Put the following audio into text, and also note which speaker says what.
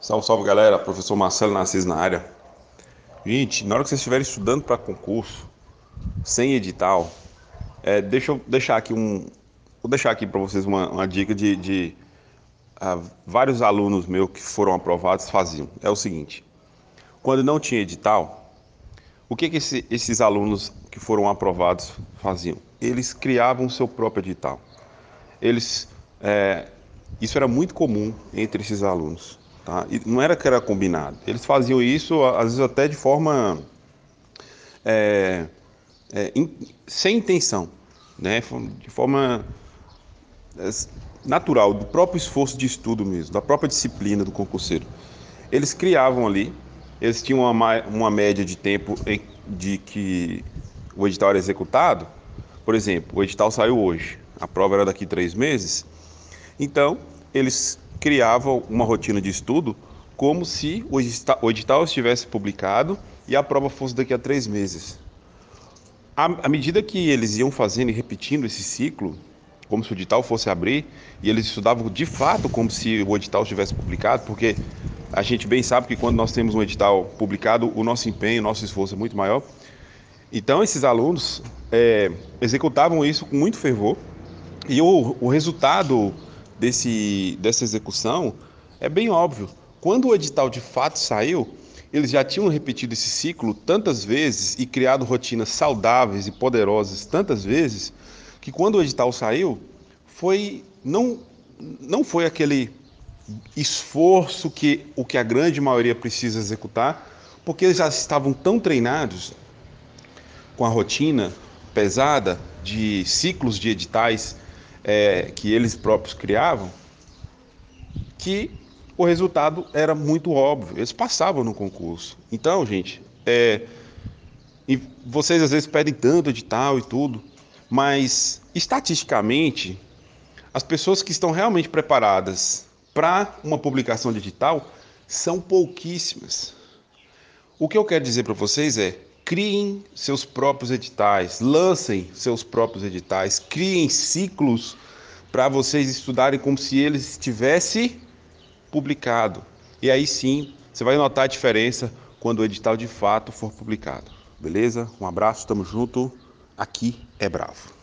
Speaker 1: Salve, salve galera, professor Marcelo Narciso na área. Gente, na hora que vocês estiverem estudando para concurso, sem edital, deixa eu deixar aqui vou deixar aqui para vocês uma dica de vários alunos meus que foram aprovados faziam. É o seguinte: quando não tinha edital, o que esses alunos que foram aprovados faziam? Eles criavam seu próprio edital. Eles, isso era muito comum entre esses alunos, tá? E não era que era combinado. Eles faziam isso às vezes até de forma sem intenção, né? De forma é, natural, do próprio esforço de estudo mesmo, da própria disciplina do concurseiro. Eles criavam ali, eles tinham uma média de tempo de que o edital era executado. Por exemplo, o edital saiu hoje, a prova era daqui 3 meses. Então, eles criavam uma rotina de estudo como se o edital estivesse publicado e a prova fosse daqui a 3 meses. À medida que eles iam fazendo e repetindo esse ciclo, como se o edital fosse abrir, e eles estudavam de fato como se o edital estivesse publicado, porque a gente bem sabe que quando nós temos um edital publicado, o nosso empenho, o nosso esforço é muito maior. Então, esses alunos executavam isso com muito fervor, e o resultado dessa execução é bem óbvio. Quando o edital de fato saiu, eles já tinham repetido esse ciclo tantas vezes e criado rotinas saudáveis e poderosas tantas vezes, que quando o edital saiu, foi não foi aquele esforço que o que a grande maioria precisa executar, porque eles já estavam tão treinados com a rotina pesada de ciclos de editais que eles próprios criavam, que o resultado era muito óbvio. Eles passavam no concurso. Então, gente, e vocês às vezes pedem tanto edital e tudo, mas estatisticamente, as pessoas que estão realmente preparadas para uma publicação de edital são pouquíssimas. O que eu quero dizer para vocês é: criem seus próprios editais, lancem seus próprios editais, criem ciclos para vocês estudarem como se eles estivessem publicado. E aí sim, você vai notar a diferença quando o edital de fato for publicado. Beleza? Um abraço, tamo junto. Aqui é Bravo.